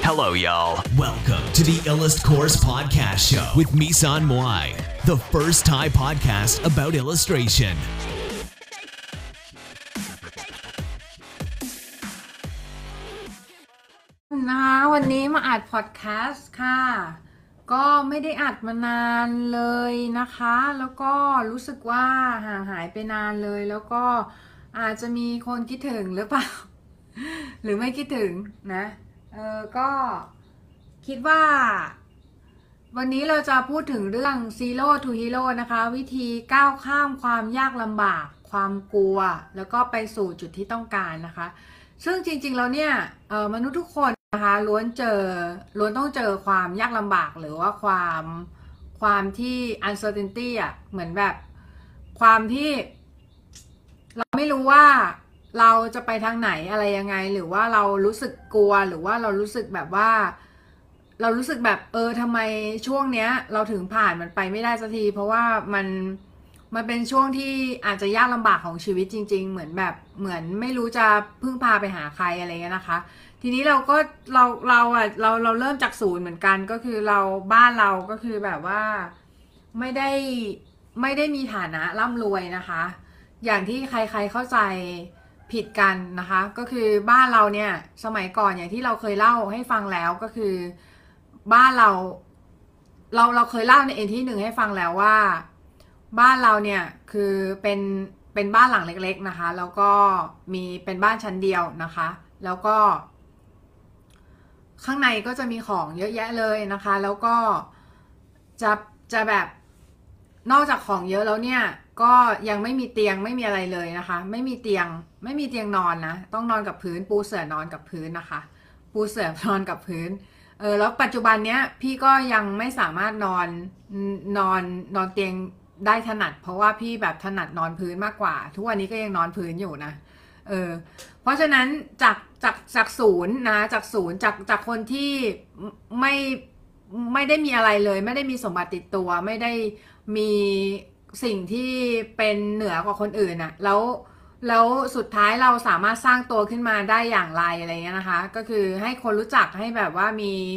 Hello, y'all. Welcome to the Illust Course Podcast Show with Misan Moai, the first Thai podcast about illustration. นะคะวันนี้มาอัดพอดแคสต์ค่ะก็ไม่ได้อัดมานานเลยนะคะแล้วก็รู้สึกว่าห่างหายไปนานเลยแล้วก็อาจจะมีคนคิดถึงหรือเปล่า หรือไม่คิดถึงนะก็คิดว่าวันนี้เราจะพูดถึงเรื่อง Zero to Hero นะคะวิธีก้าวข้ามความยากลำบากความกลัวแล้วก็ไปสู่จุดที่ต้องการนะคะซึ่งจริงๆแล้วเนี่ยมนุษย์ทุกคนนะคะล้วนต้องเจอความยากลำบากหรือว่าความที่ uncertainty อ่ะเหมือนแบบความที่เราไม่รู้ว่าเราจะไปทางไหนอะไรยังไงหรือว่าเรารู้สึกกลัวหรือว่าเรารู้สึกแบบว่าเรารู้สึกแบบทำไมช่วงเนี้ยเราถึงผ่านมันไปไม่ได้สักทีเพราะว่ามันเป็นช่วงที่อาจจะยากลำบากของชีวิตจริงๆเหมือนไม่รู้จะพึ่งพาไปหาใครอะไรเงี้ยนะคะทีนี้เราเริ่มจากศูนย์เหมือนกันก็คือบ้านเราก็คือแบบว่าไม่ได้มีฐานะร่ำรวยนะคะอย่างที่ใครๆเข้าใจผิดกันนะคะก็คือบ้านเราเนี่ยสมัยก่อนอย่างที่เราเคยเล่าให้ฟังแล้วก็คือบ้านเราเคยเล่าในที่หนึ่งให้ฟังแล้วว่าบ้านเราเนี่ยคือเป็นบ้านหลังเล็กๆนะคะแล้วก็เป็นบ้านชั้นเดียวนะคะแล้วก็ข้างในก็จะมีของเยอะแยะเลยนะคะแล้วก็จะแบบนอกจากของเยอะแล้วเนี่ยก็ยังไม่มีเตียงไม่มีอะไรเลยนะคะไม่มีเตียงนอนนะต้องนอนกับพื้นปูเสื่อนอนกับพื้นนะคะปูเสื่อนอนกับพื้นแล้วปัจจุบันเนี้ยพี่ก็ยังไม่สามารถนอนเตียงได้ถนัดเพราะว่าพี่แบบถนัดนอนพื้นมากกว่าทุกวันนี้ก็ยังนอนพื้นอยู่นะเพราะฉะนั้นจากศูนย์นะจากคนที่ไม่ได้มีอะไรเลยไม่ได้มีสมบัติติดตัวไม่ได้มีสิ่งที่เป็นเหนือกว่าคนอื่นน่ะแล้วสุดท้ายเราสามารถสร้างตัวขึ้นมาได้อย่างไรอะไรเงี้ยนะคะก็คือให้คนรู้จักให้แบบว่า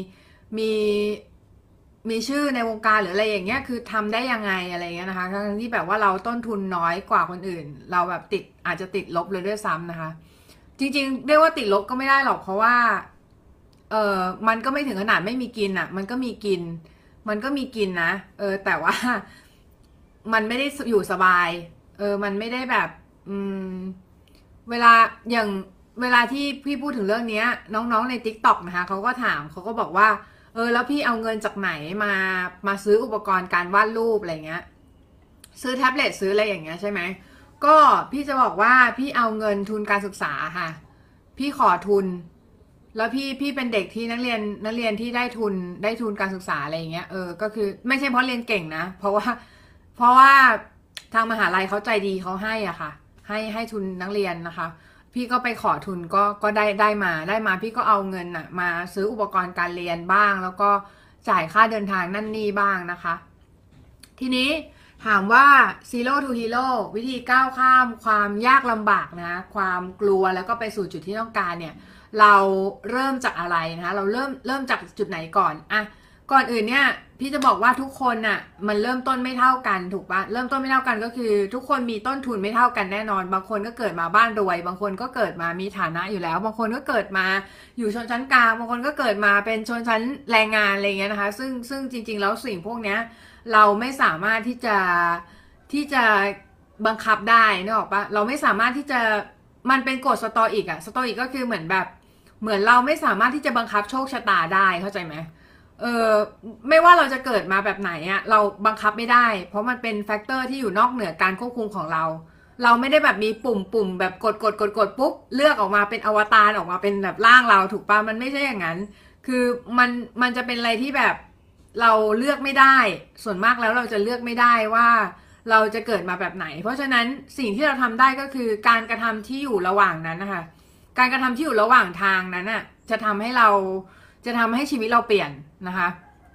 มีชื่อในวงการหรืออะไรอย่างเงี้ยคือทำได้ยังไงอะไรเงี้ยนะคะทั้งที่แบบว่าเราต้นทุนน้อยกว่าคนอื่นเราแบบอาจจะติดลบเลยด้วยซ้ำนะคะจริงๆเรียกว่าติดลบก็ไม่ได้หรอกเพราะว่ามันก็ไม่ถึงขนาดไม่มีกินอ่ะมันก็มีกินนะแต่ว่ามันไม่ได้อยู่สบายมันไม่ได้แบบเวลาที่พี่พูดถึงเรื่องนี้น้องๆใน TikTok นะคะเขาก็ถามเขาก็บอกว่าแล้วพี่เอาเงินจากไหนมาซื้ออุปกรณ์การวาดรูปอะไรเงี้ยซื้อแท็บเล็ตซื้ออะไรอย่างเงี้ยใช่ไหมก็พี่จะบอกว่าพี่เอาเงินทุนการศึกษาค่ะพี่ขอทุนแล้วพี่เป็นเด็กที่นักเรียนที่ได้ทุนการศึกษาอะไรอย่างเงี้ยก็คือไม่ใช่เพราะเรียนเก่งนะเพราะว่าทางมหาลัยเขาใจดีเขาให้อ่ะค่ะให้ทุนนักเรียนนะคะพี่ก็ไปขอทุนก็ได้มาพี่ก็เอาเงินน่ะมาซื้ออุปกรณ์การเรียนบ้างแล้วก็จ่ายค่าเดินทางนั่นนี่บ้างนะคะทีนี้ถามว่า Zero to Hero วิธีก้าวข้ามความยากลำบากนะความกลัวแล้วก็ไปสู่จุดที่ต้องการเนี่ยเราเริ่มจากอะไรนะคะเราเริ่มจากจุดไหนก่อนก่อนอื่นเนี่ยพี่จะบอกว่าทุกคนน่ะมันเริ่มต้นไม่เท่ากันถูกปะเริ่มต้นไม่เท่ากันก็คือทุกคนมีต้นทุนไม่เท่ากันแน่นอนบางคนก็เกิดมาบ้านรวยบางคนก็เกิดมามีฐานะอยู่แล้วบางคนก็เกิดมาอยู่ชนชั้นกลางบางคนก็เกิดมาเป็นชนชั้นแรงงานอะไรเงี้ยนะคะซึ่งจริงๆแล้วสิ่งพวกเนี้ยเราไม่สามารถที่จะบังคับได้นึกออกปะเราไม่สามารถที่จะมันเป็นกฎสตออิกก็คือเหมือนเราไม่สามารถที่จะบังคับโชคชะตาได้เข้าใจไหมไม่ว่าเราจะเกิดมาแบบไหนอะเราบังคับไม่ได้เพราะมันเป็นแฟกเตอร์ที่อยู่นอกเหนือการควบคุมของเราไม่ได้แบบมีปุ่มแบบกดปุ๊บเลือกออกมาเป็นอวตารออกมาเป็นแบบร่างเราถูกปะมันไม่ใช่อย่างนั้นคือมันจะเป็นอะไรที่แบบเราเลือกไม่ได้ส่วนมากแล้วเราจะเลือกไม่ได้ว่าเราจะเกิดมาแบบไหนเพราะฉะนั้นสิ่งที่เราทำได้ก็คือการกระทำที่อยู่ระหว่างนั้นนะคะการกระทำที่อยู่ระหว่างทางนั้นน่ะจะทำให้ชีวิตเราเปลี่ยนนะคะ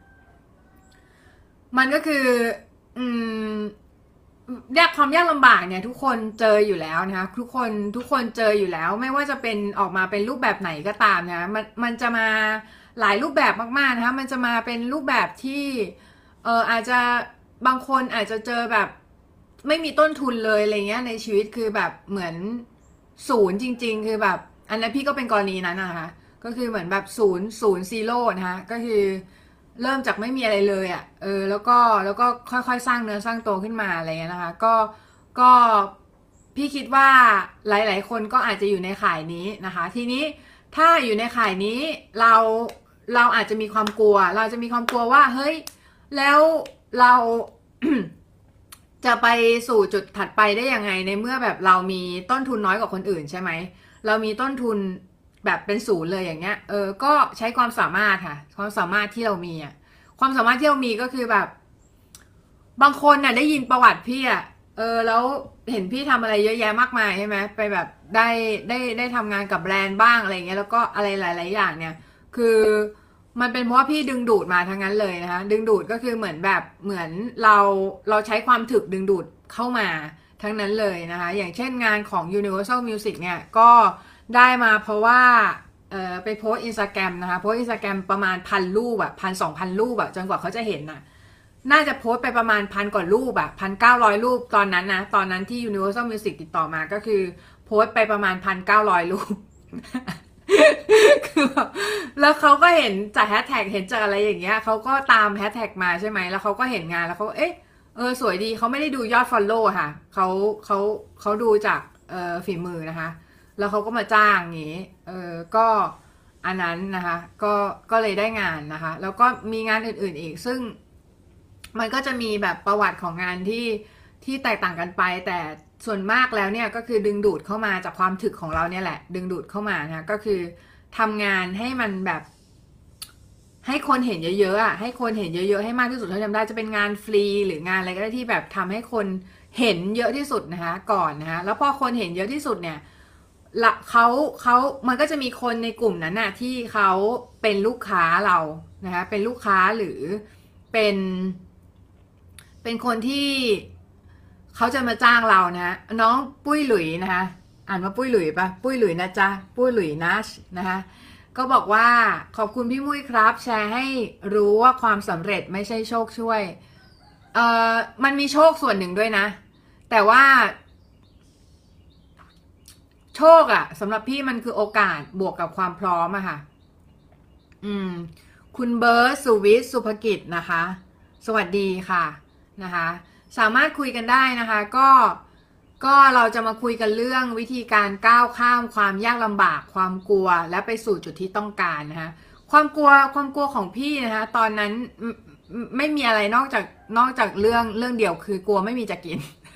มันก็คือความยากลำบากเนี่ยทุกคนเจออยู่แล้วนะคะทุกคนเจออยู่แล้วไม่ว่าจะเป็นออกมาเป็นรูปแบบไหนก็ตามนะมันจะมาหลายรูปแบบมากๆนะคะมันจะมาเป็นรูปแบบที่อาจจะบางคนอาจจะเจอแบบไม่มีต้นทุนเลยอะไรเงี้ยในชีวิตคือแบบเหมือนศูนย์จริงๆคือแบบอันนั้นพี่ก็เป็นกรณีนั้นนะคะก็คือเหมือนแบบศูนย์ซีโร่นะคะก็คือเริ่มจากไม่มีอะไรเลยอ่ะแล้วก็ค่อยๆสร้างเนื้อสร้างตัวขึ้นมาอะไรเงี้ยนะคะก็พี่คิดว่าหลายๆคนก็อาจจะอยู่ในข่ายนี้นะคะทีนี้ถ้าอยู่ในข่ายนี้เราอาจจะมีความกลัวเราจะมีความกลัวว่าเฮ้ยแล้วเรา จะไปสู่จุดถัดไปได้ยังไงในเมื่อแบบเรามีต้นทุนน้อยกว่าคนอื่นใช่ไหมเรามีต้นทุนแบบเป็นศูนย์เลยอย่างเงี้ยก็ใช้ความสามารถค่ะความสามารถที่เรามีอ่ะความสามารถที่เรามีก็คือแบบบางคนน่ะได้ยินประวัติพี่อ่ะแล้วเห็นพี่ทำอะไรเยอะแยะมากมายใช่ไหมไปแบบได้ทำงานกับแบรนด์บ้างอะไรเงี้ยแล้วก็อะไรหลายๆอย่างเนี่ยคือมันเป็นเพราะว่าพี่ดึงดูดมาทั้งนั้นเลยนะคะดึงดูดก็คือเหมือนแบบเหมือนเราใช้ความถึกดึงดูดเข้ามาทั้งนั้นเลยนะคะอย่างเช่นงานของ Universal Music เนี่ยก็ได้มาเพราะว่าไปโพสอินสตาแกรมนะคะโพสอินสตาแกรมประมาณ1,000 รูปแบบ1,000-2,000 รูปแบบจนกว่าเขาจะเห็นน่ะน่าจะโพสไปประมาณ1,000 กว่ารูปแบบ1,900 รูปตอนนั้นนะตอนนั้นที่ Universal Music ติดต่อมาก็คือโพสไปประมาณ1,900 รูป คือแบบแล้วเขาก็เห็นจากแฮชแท็กเห็นจากอะไรอย่างเงี้ยเขาก็ตามแฮชแท็กมาใช่ไหมแล้วเขาก็เห็นงานแล้วเขาสวยดีเขาไม่ได้ดูยอด follow ค่ะเขาดูจากฝีมือนะคะแล้วเขาก็มาจ้างอย่างงี้ก็อันนั้นนะคะก็เลยได้งานนะคะแล้วก็มีงานอื่นๆอีกซึ่งมันก็จะมีแบบประวัติของงานที่แตกต่างกันไปแต่ส่วนมากแล้วเนี่ยก็คือดึงดูดเข้ามาจากความถึกของเราเนี่ยแหละดึงดูดเข้ามานะก็คือทำงานให้มันแบบให้คนเห็นเยอะๆอ่ะให้คนเห็นเยอะๆให้มากที่สุดเท่าที่ทำได้จะเป็นงานฟรีหรืองานอะไรก็ได้ที่แบบทำให้คนเห็นเยอะที่สุดนะคะก่อนนะคะแล้วพอคนเห็นเยอะที่สุดเนี่ยละเขามันก็จะมีคนในกลุ่มนั้นน่ะที่เขาเป็นลูกค้าเรานะคะเป็นลูกค้าหรือเป็นคนที่เขาจะมาจ้างเรานะน้องปุ้ยหลุยนะคะอ่านว่าปุ้ยหลุยปะปุ้ยหลุยนะจ๊ะปุ้ยหลุยนัชนะคะก็บอกว่าขอบคุณพี่มุ้ยครับแชร์ให้รู้ว่าความสำเร็จไม่ใช่โชคช่วยมันมีโชคส่วนหนึ่งด้วยนะแต่ว่าโชคอะสำหรับพี่มันคือโอกาสบวกกับความพร้อมอะค่ะคุณเบิร์ตสุวิทย์สุภกิจนะคะสวัสดีค่ะนะคะสามารถคุยกันได้นะคะก็เราจะมาคุยกันเรื่องวิธีการก้าวข้ามความยากลำบากความกลัวและไปสู่จุดที่ต้องการนะคะความกลัวของพี่นะคะตอนนั้นไม่มีอะไรนอกจากเรื่องเดียวคือกลัวไม่มีจะกิน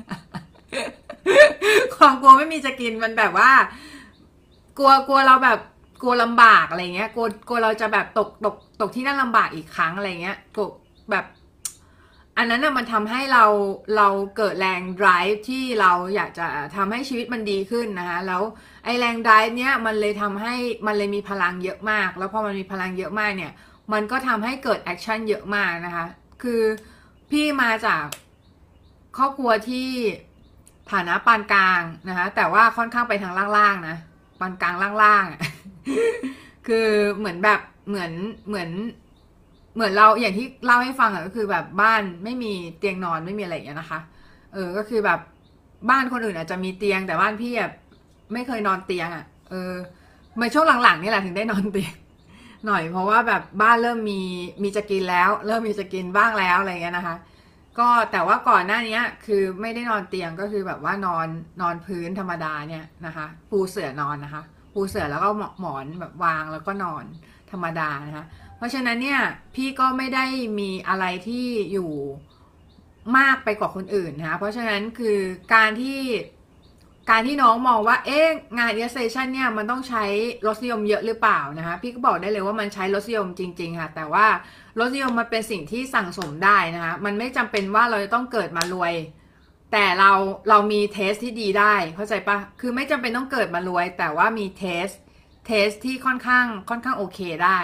ความกลัวไม่มีจะกินมันแบบว่ากลัวเราแบบกลัวลำบากอะไรเงี้ยกลัวเราจะแบบตกที่นั่นลำบากอีกครั้งอะไรเงี้ยกลัวแบบอันนั้นน่ะมันทำให้เราเกิดแรง drive ที่เราอยากจะทำให้ชีวิตมันดีขึ้นนะคะแล้วไอแรง drive เนี้ยมันเลยทำให้มันเลยมีพลังเยอะมากแล้วพอมันมีพลังเยอะมากเนี่ยมันก็ทำให้เกิดแอคชั่นเยอะมากนะคะคือพี่มาจากครอบครัวที่ฐานะปานกลางนะคะแต่ว่าค่อนข้างไปทางล่างๆนะปานกลางล่างๆ คือเหมือนแบบเหมือนเราอย่างที่เล่าให้ฟังก็คือแบบบ้านไม่มีเตียงนอนไม่มีอะไรอย่างเงี้ยนะคะก็คือแบบบ้านคนอื่นอาจจะมีเตียงแต่บ้านพี่ไม่เคยนอนเตียงมาช่วงหลังๆนี่แหละถึงได้นอนเตียงหน่อยเพราะว่าแบบบ้านเริ่มมีจะกินแล้วเริ่มมีจะกินบ้างแล้วอะไรเงี้ยนะคะก็แต่ว่าก่อนหน้านี้คือไม่ได้นอนเตียงก็คือแบบว่านอนพื้นธรรมดาเนี่ยนะคะปูเสื่อนอนนะคะปูเสื่อแล้วก็หมอนแบบวางแล้วก็นอนธรรมดานะคะเพราะฉะนั้นเนี่ยพี่ก็ไม่ได้มีอะไรที่อยู่มากไปกว่าคนอื่นนะคะเพราะฉะนั้นคือการที่น้องมองว่างาน illustration เนี่ยมันต้องใช้รสนิยมเยอะหรือเปล่านะคะพี่ก็บอกได้เลยว่ามันใช้รสนิยมจริงๆค่ะแต่ว่ารสนิยมมันเป็นสิ่งที่สั่งสมได้นะคะมันไม่จำเป็นว่าเราจะต้องเกิดมารวยแต่เรามีเทสที่ดีได้เข้าใจปะคือไม่จำเป็นต้องเกิดมารวยแต่ว่ามีเทสที่ค่อนข้างโอเคได้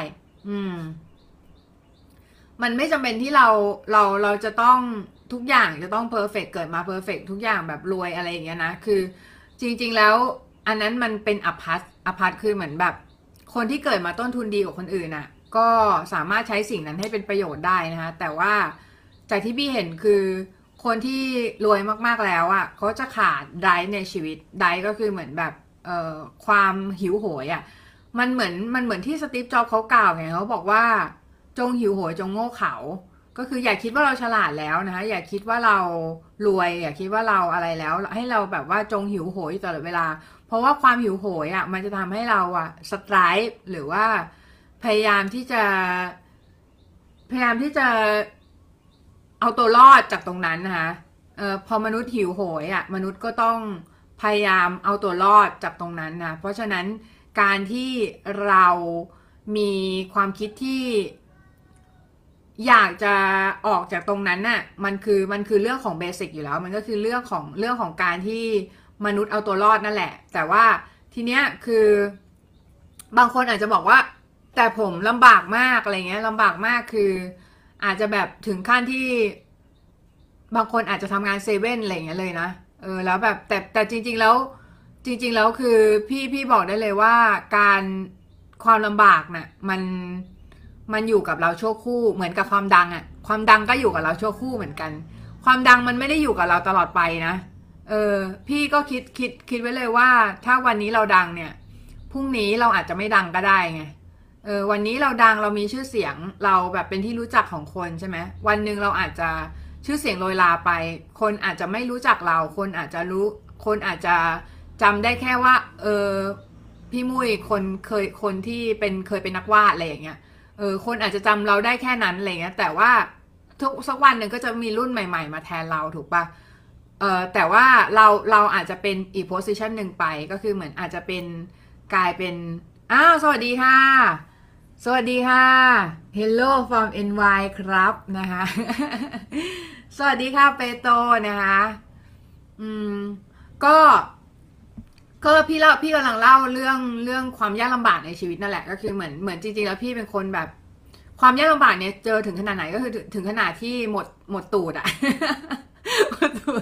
มันไม่จำเป็นที่เราจะต้องทุกอย่างจะต้องเพอร์เฟกต์เกิดมาเพอร์เฟกต์ทุกอย่างแบบรวยอะไรอย่างเงี้ยนะคือจริงๆแล้วอันนั้นมันเป็นอพาร์ตคือเหมือนแบบคนที่เกิดมาต้นทุนดีกว่าคนอื่นก็สามารถใช้สิ่งนั้นให้เป็นประโยชน์ได้นะคะแต่ว่าจากที่พี่เห็นคือคนที่รวยมากๆแล้วอ่ะเขาจะขาดไดรฟ์ในชีวิตไดรฟ์ก็คือเหมือนแบบความหิวโหยอ่ะมันเหมือนที่สตีฟจ็อบส์เขากล่าวไงเขาบอกว่าจงหิวโหยจงโง่เขลาก็คืออย่าคิดว่าเราฉลาดแล้วนะคะอย่าคิดว่าเรารวยอย่าคิดว่าเราอะไรแล้วให้เราแบบว่าจงหิวโหยตลอดเวลาเพราะว่าความหิวโหยอ่ะมันจะทำให้เราอ่ะสไตรฟ์หรือว่าพยายามที่จะเอาตัวรอดจากตรงนั้นนะคะพอมนุษย์หิวโหยอ่ะมนุษย์ก็ต้องพยายามเอาตัวรอดจากตรงนั้นนะเพราะฉะนั้นการที่เรามีความคิดที่อยากจะออกจากตรงนั้นน่ะมันคือเรื่องของเบสิกอยู่แล้วมันก็คือเรื่องของการที่มนุษย์เอาตัวรอดนั่นแหละแต่ว่าทีเนี้ยคือบางคนอาจจะบอกว่าแต่ผมลำบากมากอะไรเงี้ยลำบากมากคืออาจจะแบบถึงขั้นที่บางคนอาจจะทำงานเซเว่นอะไรเงี้ยเลยนะแล้วแบบแต่จริงๆแล้วคือพี่บอกได้เลยว่าการความลำบากน่ะมันอยู่กับเราชั่วคู่เหมือนกับความดังอ่ะความดังก็อยู่กับเราชั่วคู่เหมือนกันความดังมันไม่ได้อยู่กับเราตลอดไปนะพี่ก็คิดไว้เลยว่าถ้าวันนี้เราดังเนี่ยพรุ่งนี้เราอาจจะไม่ดังก็ได้ไงวันนี้เราดังเรามีชื่อเสียงเราแบบเป็นที่รู้จักของคนใช่ไหมวันหนึ่งเราอาจจะชื่อเสียงโรยลาไปคนอาจจะไม่รู้จักเราคนอาจจะจำได้แค่ว่าพี่มุ้ยคนที่เคยเป็นนักวาดอะไรอย่างเงี้ยคนอาจจะจำเราได้แค่นั้นอะไรเงี้ยแต่ว่าสักวันหนึ่งก็จะมีรุ่นใหม่ๆมาแทนเราถูกปะแต่ว่าเราอาจจะเป็นอีกโพสิชันหนึ่งไปก็คือเหมือนอาจจะเป็นกลายเป็นสวัสดีค่ะสวัสดีค่ะ Hello from NY ครับนะคะ สวัสดีค่ะเปโตนะคะก็พี่กำลังเล่าเรื่องความยากลำบากในชีวิตนั่นแหละก็คือเหมือนจริงๆแล้วพี่เป็นคนแบบความยากลำบากเนี่ยเจอถึงขนาดไหนก็คือถึงขนาดที่หมดตูดอะ หมดตัว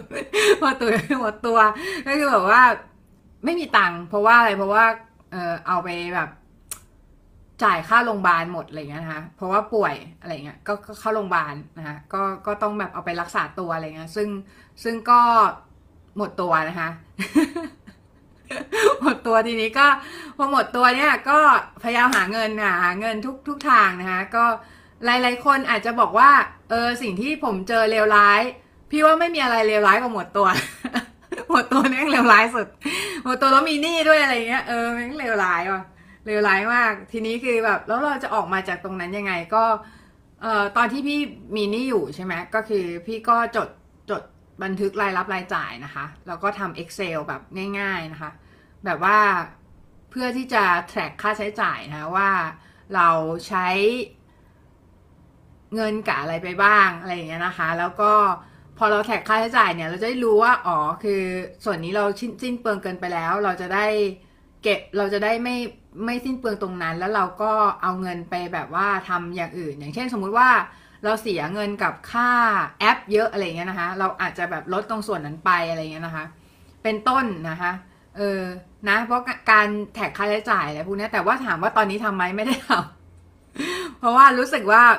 ก็คือแบบว่าไม่มีตังค์เพราะว่าอะไรเพราะว่าเอาไปแบบจ่ายค่าโรงพยาบาลหมดอะไรเงี้ยนะคะเพราะว่าป่วยอะไรเงี้ยก็เข้าโรงพยาบาลนะคะก็ต้องแบบเอาไปรักษาตัวอะไรเงี้ยซึ่งก็หมดตัวนะคะ หมดตัวทีนี้ก็พอหมดตัวเนี่ยก็พยายามหาเงินทุกทางนะคะก็หลายๆคนอาจจะบอกว่าสิ่งที่ผมเจอเลวร้ายพี่ว่าไม่มีอะไรเลวร้ายกว่าหมดตัว หมดตัวนี่เลวร้ายสุดหมดตัวแล้วมีหนี้ด้วยอะไรเงี้ยมันเลวร้ายว่ะเลวร้ายมากทีนี้คือแบบแล้วเราจะออกมาจากตรงนั้นยังไงก็ตอนที่พี่มีหนี้อยู่ใช่ไหมก็คือพี่ก็จดบันทึกรายรับรายจ่ายนะคะแล้วก็ทำ Excel แบบง่ายๆนะคะแบบว่าเพื่อที่จะ track ค่าใช้จ่ายนะว่าเราใช้เงินกับอะไรไปบ้างอะไรอย่างเงี้ยนะคะแล้วก็พอเราแท็กค่าใช้จ่ายเนี่ยเราจะได้รู้ว่าคือส่วนนี้เราสิ้นเปลืองเกินไปแล้วเราจะได้เก็บเราจะได้ไม่สิ้นเปลืองตรงนั้นแล้วเราก็เอาเงินไปแบบว่าทำอย่างอื่นอย่างเช่นสมมุติว่าเราเสียเงินกับค่าแอปเยอะอะไรเงี้ยนะคะเราอาจจะแบบลดตรงส่วนนั้นไปอะไรเงี้ยนะคะเป็นต้นนะคะนะเพราะการแท็กค่าใช้จ่ายอะไรพวกนี้แต่ว่าถามว่าตอนนี้ทำไหมไม่ได้ทำ เพราะว่ารู้สึกว่า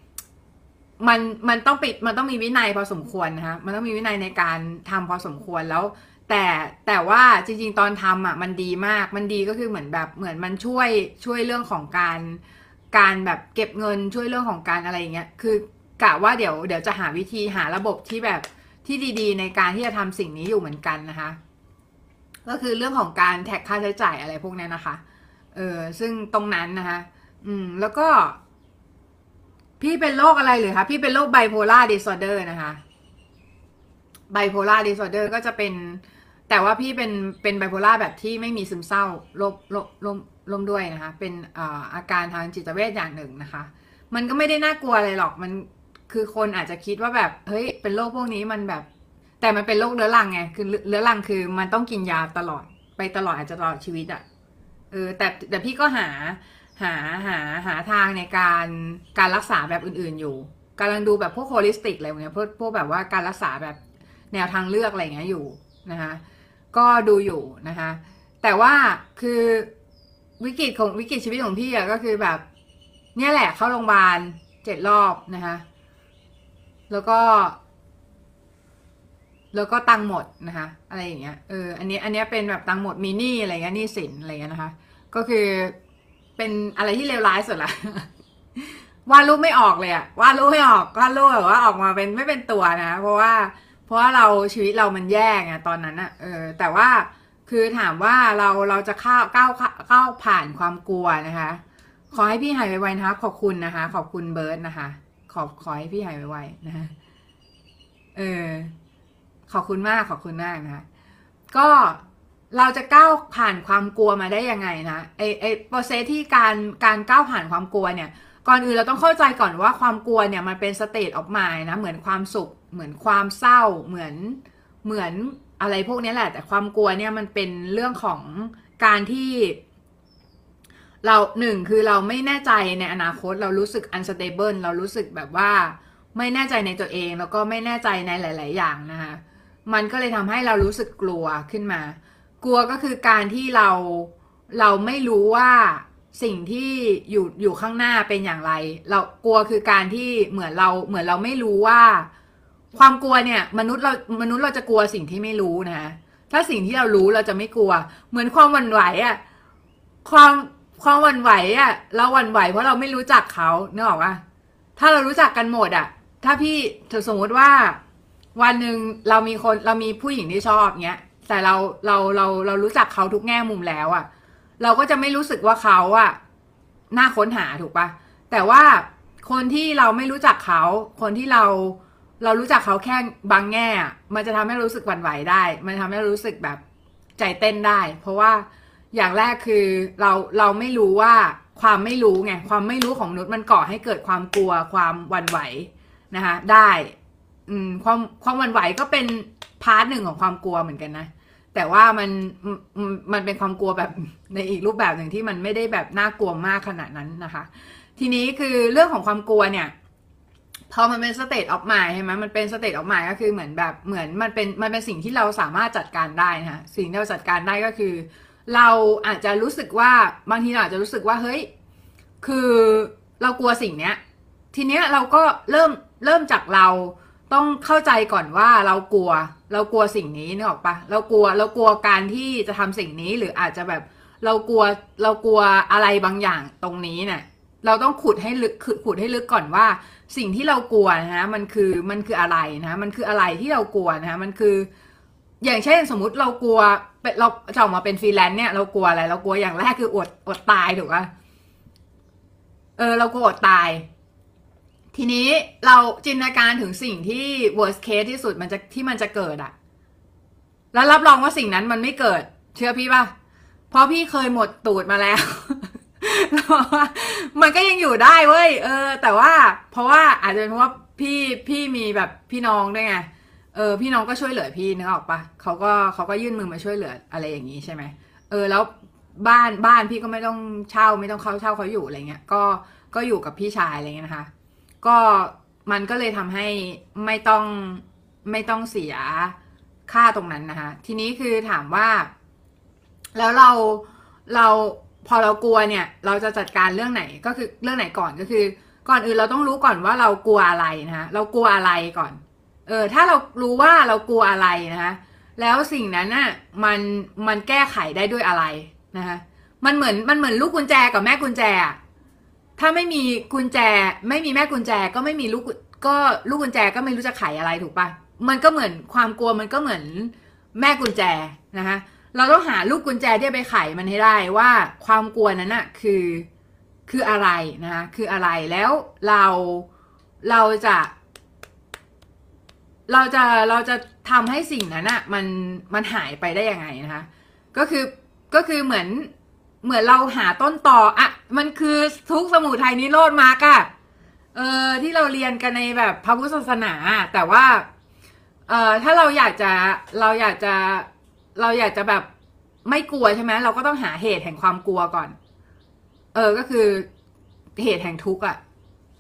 มันต้องมีวินัยพอสมควรนะคะมันต้องมีวินัยในการทำพอสมควรแล้วแต่ว่าจริงๆตอนทำอ่ะมันดีมากมันดีก็คือเหมือนมันช่วยเรื่องของการแบบเก็บเงินช่วยเรื่องของการอะไรอย่างเงี้ยคือกะว่าเดี๋ยวจะหาวิธีหาระบบที่แบบที่ดีๆในการที่จะทำสิ่งนี้อยู่เหมือนกันนะคะก็คือเรื่องของการแท็กค่าใช้จ่ายอะไรพวกนี้นะคะซึ่งตรงนั้นนะคะแล้วก็พี่เป็นโรคอะไรหรือคะพี่เป็นโรคไบโพล่าดิสออเดอร์นะคะไบโพล่าดิสออเดอร์ก็จะเป็นแต่ว่าพี่เป็นไบโพล่าแบบที่ไม่มีซึมเศร้าร่วมด้วยนะคะเป็นอาการทางจิตเวชอย่างหนึ่งนะคะมันก็ไม่ได้น่ากลัวอะไรหรอกมันคือคนอาจจะคิดว่าแบบเฮ้ยเป็นโรคพวกนี้มันแบบแต่มันเป็นโรคเรื้อรังไงคือเรื้อรังคือมันต้องกินยาตลอดอาจจะตลอดชีวิตอ่ะแต่พี่ก็หาทางในการรักษาแบบอื่นๆอยู่กำลังดูแบบพวกโฮลิสติกอะไรเงี้ยพวกแบบว่าการรักษาแบบแนวทางเลือกอะไรเงี้ยอยู่นะคะก็ดูอยู่นะคะแต่ว่าคือวิกฤตชีวิตของพี่อะก็คือแบบเนี่ยแหละเข้าโรงพยาบาล7 รอบนะคะแล้วก็ตังหมดนะคะอะไรอย่างเงี้ยอันนี้เป็นแบบตังหมดมีหนี้อะไรเงี้ยหนี้สินอะไรเงี้ยนะคะก็คือเป็นอะไรที่เลวร้ายสุดละ วาดรูปไม่ออกเลยอะวาดรูปไม่ออกวาดรูปแบบว่าออกมาเป็นไม่เป็นตัวนะเพราะว่าเราชีวิตเรามันแย่ไงตอนนั้นอะแต่ว่าคือถามว่าเราจะก้าวผ่านความกลัวนะคะขอให้พี่หายไวๆนะคะขอบคุณนะคะขอบคุณเบิร์ดนะคะขอให้พี่หายไวๆนะคะขอบคุณมากนะคะก็เราจะก้าวผ่านความกลัวมาได้ยังไงนะไอโปรเซสที่การก้าวผ่านความกลัวเนี่ยก่อนอื่นเราต้องเข้าใจก่อนว่าความกลัวเนี่ยมันเป็นสเตทออฟมายด์นะเหมือนความสุขเหมือนความเศร้าเหมือนอะไรพวกนี้แหละแต่ความกลัวเนี่ยมันเป็นเรื่องของการที่เราคือเราไม่แน่ใจในอนาคตเรารู้สึก unstable เรารู้สึกแบบว่าไม่แน่ใจในตัวเองแล้วก็ไม่แน่ใจในหลายๆอย่างนะคะมันก็เลยทำให้เรารู้สึกกลัวขึ้นมากลัวก็คือการที่เราไม่รู้ว่าสิ่งที่อยู่ข้างหน้าเป็นอย่างไรเรากลัวคือการที่เหมือนเราไม่รู้ว่าความกลัวเนี่ยมนุษย์เราจะกลัวสิ่งที่ไม่รู้นะถ้าสิ่งที่เรารู้เราจะไม่กลัวเหมือนความหวั่นไหวอะความหวั่นไหวอะเราหวั่นไหวเพราะเราไม่รู้จักเขานึกออกปะถ้าเรารู้จักกันหมดอะถ้าพี่สมมติว่าวันหนึ่งเรามีผู้หญิงที่ชอบเงี้ยแต่เรารู้จักเขาทุกแง่มุมแล้วอะเราก็จะไม่รู้สึกว่าเขาอะน่าค้นหาถูกปะแต่ว่าคนที่เราไม่รู้จักเขาคนที่เรารู้จักเขาแค่บางแง่มันจะทำให้รู้สึกหวั่นไหวได้มันทำให้รู้สึกแบบใจเต้นได้เพราะว่าอย่างแรกคือเราไม่รู้ว่าความไม่รู้ไงความไม่รู้ของมนุษย์มันก่อให้เกิดความกลัวความหวั่นไหวนะคะได้ความหวั่นไหวก็เป็นพาร์ทหนึ่งของความกลัวเหมือนกันนะแต่ว่ามันเป็นความกลัวแบบในอีกรูปแบบหนึ่งที่มันไม่ได้แบบน่ากลัวมากขนาดนั้นนะคะทีนี้คือเรื่องของความกลัวเนี่ยพอมันเป็นสเตทออฟมายด์ใช่ไหมมันเป็นสเตทออฟมายด์ก็คือเหมือนมันเป็นสิ่งที่เราสามารถจัดการได้นะคะสิ่งที่เราจัดการได้ก็คือเราอาจจะรู้สึกว่าบางทีเราอาจจะรู้สึกว่าเฮ้ยคือเรากลัวสิ่งเนี้ยทีเนี้ยเราก็เริ่มจากเราต้องเข้าใจก่อนว่าเรากลัวสิ่งนี้นึกออกปะเรากลัวการที่จะทำสิ่งนี้หรืออาจจะแบบเรากลัวอะไรบางอย่างตรงนี้เนี่ยเราต้องขุดให้ลึกก่อนว่าสิ่งที่เรากลัวนะฮะมันคืออะไรนะมันคืออะไรที่เรากลัวนะฮะมันคืออย่างเช่นสมมุติเรากลัวเราจะออกมาเป็นฟรีแลนซ์เนี่ยเรากลัวอะไรเรากลัวอย่างแรกคืออดตายถูกปะเรากลัวอดตายทีนี้เราจินตนาการถึงสิ่งที่ worst case ที่สุดมันจะเกิดอะแล้วรับรองว่าสิ่งนั้นมันไม่เกิดเชื่อพี่ป่ะเพราะพี่เคยหมดตูดมาแล้วมันก็ยังอยู่ได้เว้ยแต่ว่าเพราะว่าอาจจะเป็นเพราะว่าพี่มีแบบพี่น้องด้วยไงพี่น้องก็ช่วยเหลือพี่นึกออกปะเขาก็ยื่นมือมาช่วยเหลืออะไรอย่างนี้ใช่ไหมแล้วบ้านพี่ก็ไม่ต้องเช่าไม่ต้องเช่าเขาอยู่อะไรเงี้ยก็อยู่กับพี่ชายอะไรเงี้ยนะคะก็มันก็เลยทำให้ไม่ต้องเสียค่าตรงนั้นนะคะทีนี้คือถามว่าแล้วเราพอเรากลัวเนี่ยเราจะจัดการเรื่องไหนก็คือเรื่องไหนก่อนก็คือก่อนอื่นเราต้องรู้ก่อนว่าเรากลัวอะไรนะคะเรากลัวอะไรก่อนถ้าเรารู้ว่าเรากลัวอะไรนะคะแล้วสิ่งนั้นน่ะมันแก้ไขได้ด้วยอะไรนะคะมันเหมือนลูกกุญแจกับแม่กุญแจถ้าไม่มีกุญแจไม่มีแม่กุญแจก็ไม่มีลูกกุญแจก็ไม่รู้จะไขอะไรถูกปะมันก็เหมือนความกลัวมันก็เหมือนแม่กุญแจนะคะเราต้องหาลูกกุญแจที่ไปไขมันให้ได้ว่าความกลัวนั้นน่ะคืออะไรนะคะคืออะไรแล้วเราจะทำให้สิ่งนั้นน่ะมันหายไปได้ยังไงนะคะก็คือเหมือนเราหาต้นตออะมันคือทุกข์สมุทัยนิโรธมรรคอะที่เราเรียนกันในแบบพระพุทธศาสนาแต่ว่าถ้าเราอยากจะแบบไม่กลัวใช่ไหมเราก็ต้องหาเหตุแห่งความกลัวก่อนก็คือเหตุแห่งทุกข์อะ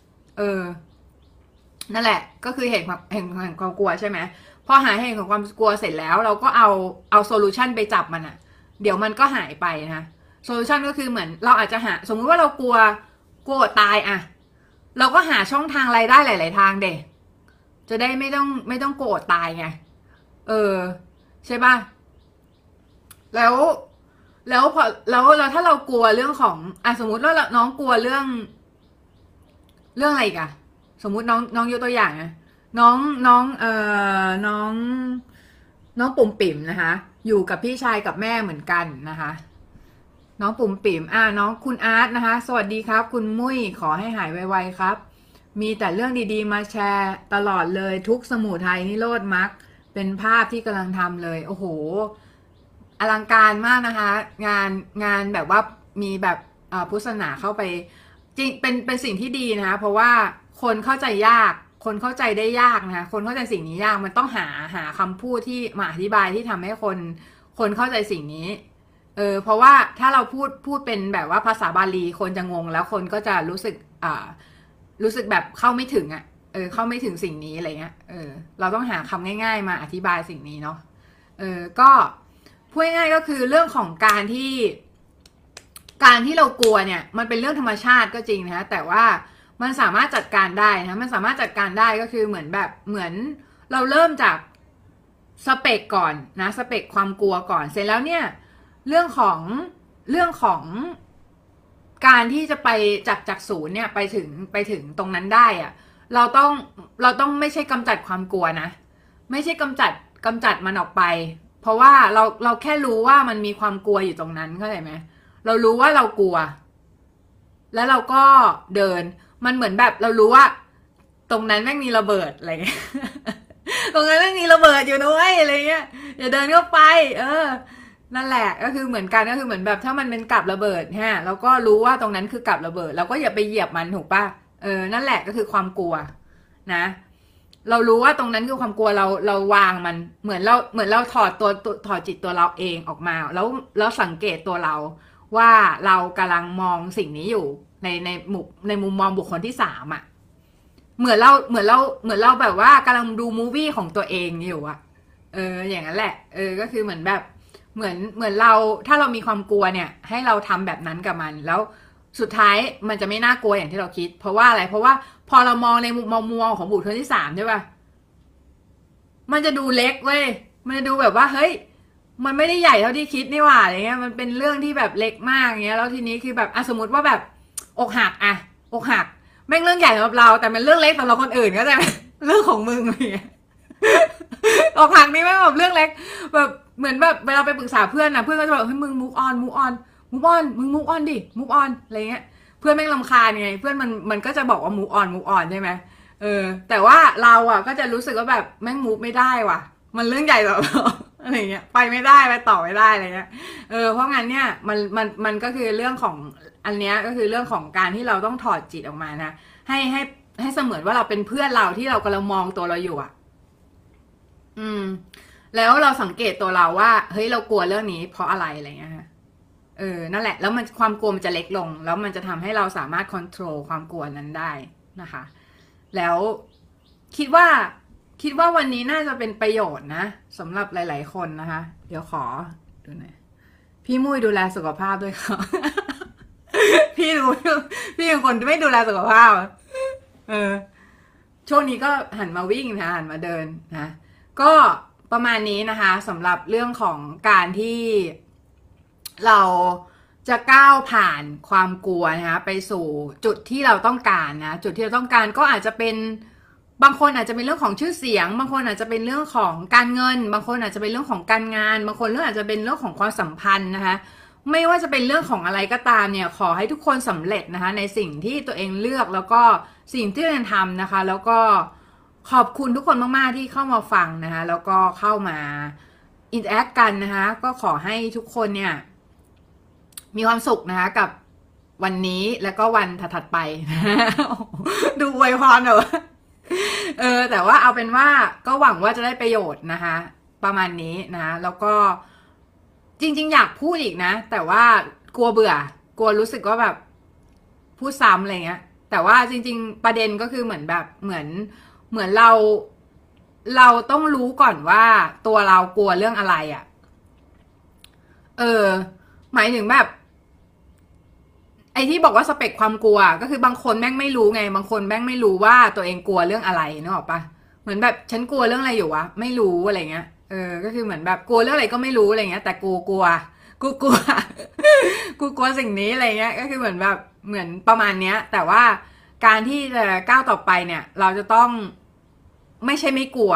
นั่นแหละก็คือเหตุแห่งความกลัวใช่ไหมพอหาเหตุของความกลัวเสร็จแล้วเราก็เอาโซลูชันไปจับมันอะเดี๋ยวมันก็หายไปนะโซลูชันก็คือเหมือนเราอาจจะหาสมมุติว่าเรากลักลัวอดตายอะเราก็หาช่องทางรายได้หลายๆทางเด็จะได้ไม่ต้องกลัวอดตายไงใช่ป่ะแล้วพอแล้วถ้าเรากลัวเรื่องของสมมุติว่าน้องกลัวเรื่องอะไรอีกอะสมมุติน้องยกตัวอย่างนะน้องปุ่มปิ่มนะคะอยู่กับพี่ชายกับแม่เหมือนกันนะคะน้องปุ่มปิ่มน้องคุณอาร์ตนะคะสวัสดีครับคุณมุ้ยขอให้หายไวๆครับมีแต่เรื่องดีๆมาแชร์ตลอดเลยทุกสมุทัยนิโรธมรรคเป็นภาพที่กำลังทำเลยโอ้โหอลังการมากนะคะงานแบบว่ามีแบบพุทธศาสนาเข้าไปจริงเป็นสิ่งที่ดีนะคะเพราะว่าคนเข้าใจยากคนเข้าใจได้ยากนะคะคนเข้าใจสิ่งนี้ยากมันต้องหาคำพูดที่มาอธิบายที่ทำให้คนเข้าใจสิ่งนี้เพราะว่าถ้าเราพูดเป็นแบบว่าภาษาบาลีคนจะงงแล้วคนก็จะรู้สึกแบบเข้าไม่ถึงเข้าไม่ถึงสิ่งนี้อะไรเงี้ยเราต้องหาคำง่ายๆมาอธิบายสิ่งนี้เนาะก็พูดง่ายๆก็คือเรื่องของการที่เรากลัวเนี่ยมันเป็นเรื่องธรรมชาติก็จริงนะคะแต่ว่ามันสามารถจัดการได้นะมันสามารถจัดการได้ก็คือเหมือนเราเริ่มจากสเปกก่อนนะสเปกความกลัวก่อนเสร็จแล้วเนี่ยเรื่องของการที่จะไปจากศูนย์เนี่ยไปถึงตรงนั้นได้อะเราต้องไม่ใช่กำจัดความกลัวนะไม่ใช่กำจัดมันออกไปเพราะว่าเราแค่รู้ว่ามันมีความกลัวอยู่ตรงนั้นเข้าใจไหมเรารู้ว่าเรากลัวแล้วเราก็เดินมันเหมือนแบบเรารู้ว่าตรงนั้นแม่งมีระเบิดอะไรเงี้ย ตรงนั้นแม่งมีระเบิดอยู่ด้วยอะไรเงี้ยอย่าเดินเข้าไปนั่นแหละก็คือเหมือนกันก็คือเหมือนแบบถ้ามันเป็นกับระเบิดฮะเราก็รู้ว่าตรงนั้นคือกับระเบิดเราก็อย่าไปเหยียบมันถูกป่ะนั่นแหละก็คือความกลัวนะเรารู้ว่าตรงนั้นคือความกลัวเราวางมันเหมือนเราถอดจิตตัวเราเองออกมาแล้วสังเกตตัวเราว่าเรากำลังมองสิ่งนี้อยู่ในมุมมองบุคคลที่สามอ่ะเหมือนเราแบบว่ากำลังดูมูฟวี่ของตัวเองอยู่อ่ะอย่างนั้นแหละก็คือเหมือนแบบเหมือนเราถ้าเรามีความกลัวเนี่ยให้เราทำแบบนั้นกับมันแล้วสุดท้ายมันจะไม่น่ากลัวอย่างที่เราคิดเพราะว่าอะไรเพราะว่าพอเรามองในมุมมองของบุคคลที่สามใช่ป่ะมันจะดูเล็กเว้ยมันจะดูแบบว่าเฮ้ยมันไม่ได้ใหญ่เท่าที่คิดนี่หว่าอะไรเงี้ยมันเป็นเรื่องที่แบบเล็กมากเงี้ยแล้วทีนี้คือแบบสมมติว่าแบบอกหักแม่งเรื่องใหญ่สำหรับเราแต่มันเรื่องเล็กสำหรับคนอื่นก็ได้ไหมเรื่องของมึงอะไรเงี้ยอกหักนี่แม่งแบบเรื่องเล็กแบบเหมือนแบบเวลาไปปรึกษาเพื่อนนะเพื่อนก็จะบอกเฮ้ยมึง move on มึง move on ดิ move on อะไรเงี้ยเพื่อนแม่งรำคาญไงเพื่อนมันก็จะบอกว่า move on ใช่ไหมแต่ว่าเราอ่ะก็จะรู้สึกว่าแบบแม่ง move ไม่ได้ว่ะมันเรื่องใหญ่แบบอะไรเงี้ยไปไม่ได้ไปต่อไม่ได้อะไรเงี้ยเพราะงั้นเนี่ยมันก็คือเรื่องของอันเนี้ยก็คือเรื่องของการที่เราต้องถอดจิตออกมานะให้เสมือนว่าเราเป็นเพื่อนเราที่เรากำลังมองตัวเราอยู่อ่ะแล้วเราสังเกตตัวเราว่าเฮ้ยเรากลัวเรื่องนี้เพราะอะไรอะไรเงี้ยนั่นแหละแล้วมันความกลัวมันจะเล็กลงแล้วมันจะทำให้เราสามารถควบคุมความกลัวนั้นได้นะคะแล้วคิดว่าวันนี้น่าจะเป็นประโยชน์นะสำหรับหลายๆคนนะคะเดี๋ยวขอดูหน่อยพี่มุ้ยดูแลสุขภาพด้วยค่ะ พี่เป็นคนไม่ดูแลสุขภาพช่วงนี้ก็หันมาวิ่งนะหันมาเดินนะก็ประมาณนี้นะคะสำหรับเรื่องของการที่เราจะก้าวผ่านความกลัวนะคะไปสู่จุดที่เราต้องการนะจุดที่เราต้องการก็อาจจะเป็นบางคนอาจจะเป็นเรื่องของชื่อเสียงบางคนอาจจะเป็นเรื่องของการเงินบางคนอาจจะเป็นเรื่องของการงานบางคนเรื่องอาจจะเป็นเรื่องของความสัมพันธ์นะคะไม่ว่าจะเป็นเรื่องของอะไรก็ตามเนี่ยขอให้ทุกคนสำเร็จนะคะในสิ่งที่ตัวเองเลือกแล้วก็สิ่งที่ตัวเองทำนะคะแล้วก็ขอบคุณทุกคนมากๆที่เข้ามาฟังนะคะแล้วก็เข้ามาอินเตอร์แอคกันนะคะก็ขอให้ทุกคนเนี่ยมีความสุขนะคะกับวันนี้แล้วก็วันถัดๆไป ดูอวยพรเหรอแต่ว่าเอาเป็นว่าก็หวังว่าจะได้ประโยชน์นะคะประมาณนี้นะแล้วก็จริงๆอยากพูดอีกนะแต่ว่ากลัวเบื่อกลัวรู้สึกว่าแบบพูดซ้ำอะไรเงี้ยแต่ว่าจริงๆประเด็นก็คือเหมือนแบบเหมือนเราต้องรู้ก่อนว่าตัวเรากลัวเรื่องอะไรอ่ะหมายถึงแบบไอ้ที่บอกว่าสเปคความกลัวก็คือบางคนแม่งไม่รู้ไงบางคนแม่งไม่รู้ว่าตัวเองกลัวเรื่องอะไรนึกออกปะเหมือนแบบฉันกลัวเรื่องอะไรอยู่วะไม่รู้อะไรเงี้ยก็คือเหมือนแบบกลัวเรื่องอะไรก็ไม่รู้อะไรเงี้ยแต่กูกลัวกูกลัวสิ่งนี้อะไรเงี้ยก็คือเหมือนแบบเหมือนประมาณเนี้ยแต่ว่าการที่จะก้าวต่อไปเนี่ยเราจะต้องไม่ใช่ไม่กลัว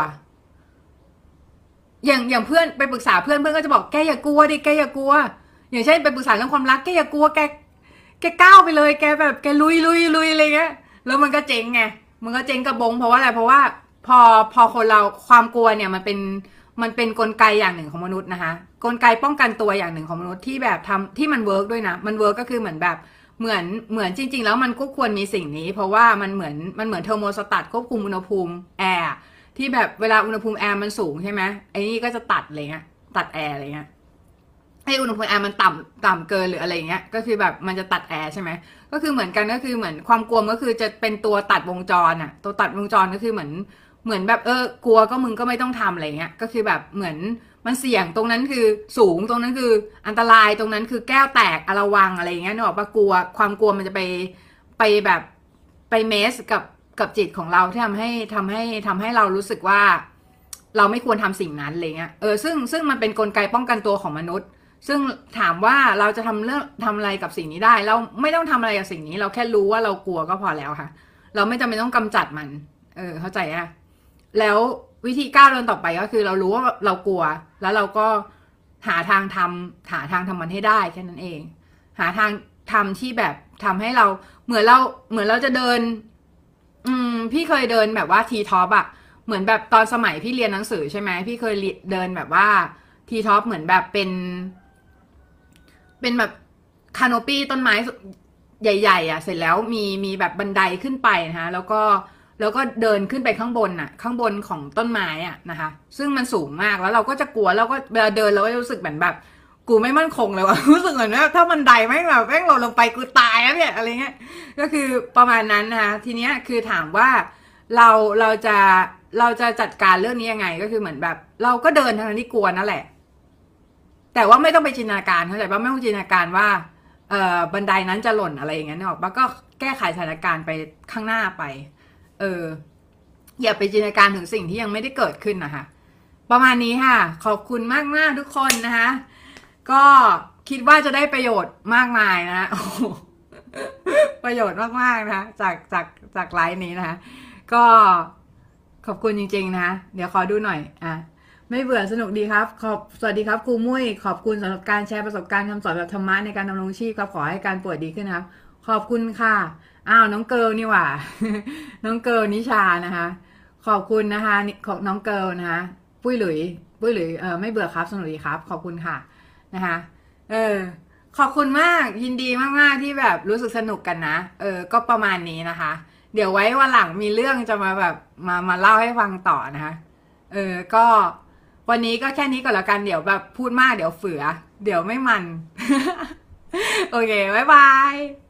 อย่างเพื่อนไปปรึกษาเพื่อนก็จะบอกแกอย่ากลัวดิแกอย่ากลัวอย่างเช่นไปปรึกษาเรื่องความรักแกอย่ากลัวแกก้าวไปเลยแกแบบแกลุยอะไรเงี้ยแล้วมันก็เจ๊งไงมันก็เจ๊งกระบงเพราะว่าอะไรเพราะว่าพอคนเราความกลัวเนี่ยมันเป็นกลไกอย่างหนึ่งของมนุษย์นะคะกลไกป้องกันตัวอย่างหนึ่งของมนุษย์ที่แบบทำที่มันเวิร์กด้วยนะมันเวิร์กก็คือเหมือนแบบเหมือนจริงๆแล้วมันก็ควรมีสิ่งนี้เพราะว่ามันเหมือนเทอร์โมสตัตควบคุมอุณหภูมิแอร์ที่แบบเวลาอุณหภูมิแอร์มันสูงใช่ไหมไอ้นี่ก็จะตัดอะไรเงี้ยตัดแอร์อะไรเงี้ยให้อุณหภูมิแอร์มันต่ำเกินหรืออะไรเงี้ยก็คือแบบมันจะตัดแอร์ใช่ไหมก็คือเหมือนกันก็คือเหมือนความกลัวก็คือจะเป็นตัวตัดวงจรอะตัวตัดวงจรก็คือเหมือนแบบกลัวก็มึงก็ไม่ต้องทำอะไรเงี้ยก็คือแบบเหมือนมันเสี่ยงตรงนั้นคือสูงตรงนั้นคืออันตรายตรงนั้นคือแก้วแตกระวังอะไรเงี้ยเนอะปะกลัวความกลัวมันจะไปแบบไปเมสกับจิตของเราที่ทำให้เรารู้สึกว่าเราไม่ควรทำสิ่งนั้นอะไรเงี้ยซึ่งมันเป็นกลไกป้องกันตัวของมนุษย์ซึ่งถามว่าเราจะทำอะไรกับสิ่งนี้ได้เราไม่ต้องทำอะไรกับสิ่งนี้เราแค่รู้ว่าเรากลัวก็พอแล้วค่ะเราไม่จำเป็นต้องกำจัดมันเข้าใจอะแล้ววิธีก้าวเดินต่อไปก็คือเรารู้ว่าเรากลัวแล้วเราก็หาทางทำมันให้ได้แค่นั้นเองหาทางทำที่แบบทำให้เราเหมือนเราจะเดินพี่เคยเดินแบบว่าทีท็อปอะเหมือนแบบตอนสมัยพี่เรียนหนังสือใช่ไหมพี่เคยเดินแบบว่าทีท็อปเหมือนแบบเป็นแบบคาโนปี้ต้นไม้ใหญ่ๆอ่ะเสร็จแล้วมีแบบบันไดขึ้นไปนะคะแล้วก็เดินขึ้นไปข้างบนน่ะข้างบนของต้นไม้อ่ะนะคะซึ่งมันสูงมากแล้วเราก็จะกลัวแล้วก็เวลาเดินเราก็รู้สึกเหมือนแบบกูไม่มั่นคงเลยว่ะรู้สึกเหมือนว่าถ้าบันไดแม่งหล่นลงไปกูตายแล้วเนี่ยอะไรเงี้ยก็คือประมาณนั้นนะคะทีเนี้ยคือถามว่าเราจะจัดการเรื่องนี้ยังไงก็คือเหมือนแบบเราก็เดินทางที่กลัวนั่นแหละแต่ว่าไม่ต้องไปจินตนาการเข้าใจป่ะไม่ต้องจินตนาการว่าบันไดนั้นจะหล่นอะไรอย่างเงี้ยนึกออกป่ะก็แก้ไขสถานการณ์ไปข้างหน้าไปอย่าไปจินตนาการถึงสิ่งที่ยังไม่ได้เกิดขึ้นนะคะประมาณนี้ค่ะขอบคุณมากทุกคนนะคะก็คิดว่าจะได้ประโยชน์มากมายนะประโยชน์มากๆนะคะจากไลฟ์นี้นะคะก็ขอบคุณจริงๆนะคะเดี๋ยวขอดูหน่อยไม่เบื่อสนุกดีครับสวัสดีครับครูมุ้ยขอบคุณสำหรับการแชร์ประสบการณ์คำสอนแบบธรรมะในการดำรงชีพครับขอให้การป่วยดีขึ้นนะครับขอบคุณค่ะน้องเกิร์ลนี่หว่า น้องเกิร์ลนิชานะคะขอบคุณนะคะของน้องเกิร์ลนะคะปุ้ยหลุยไม่เบื่อครับสนุกดีครับขอบคุณค่ะนะคะขอบคุณมากยินดีมากๆที่แบบรู้สึกสนุกกันนะก็ประมาณนี้นะคะเดี๋ยวไว้วันหลังมีเรื่องจะมาแบบมาเล่าให้ฟังต่อนะคะก็วันนี้ก็แค่นี้ก่อนแล้วกันเดี๋ยวแบบพูดมากเดี๋ยวเฟือเดี๋ยวไม่มัน โอเคบ๊ายบาย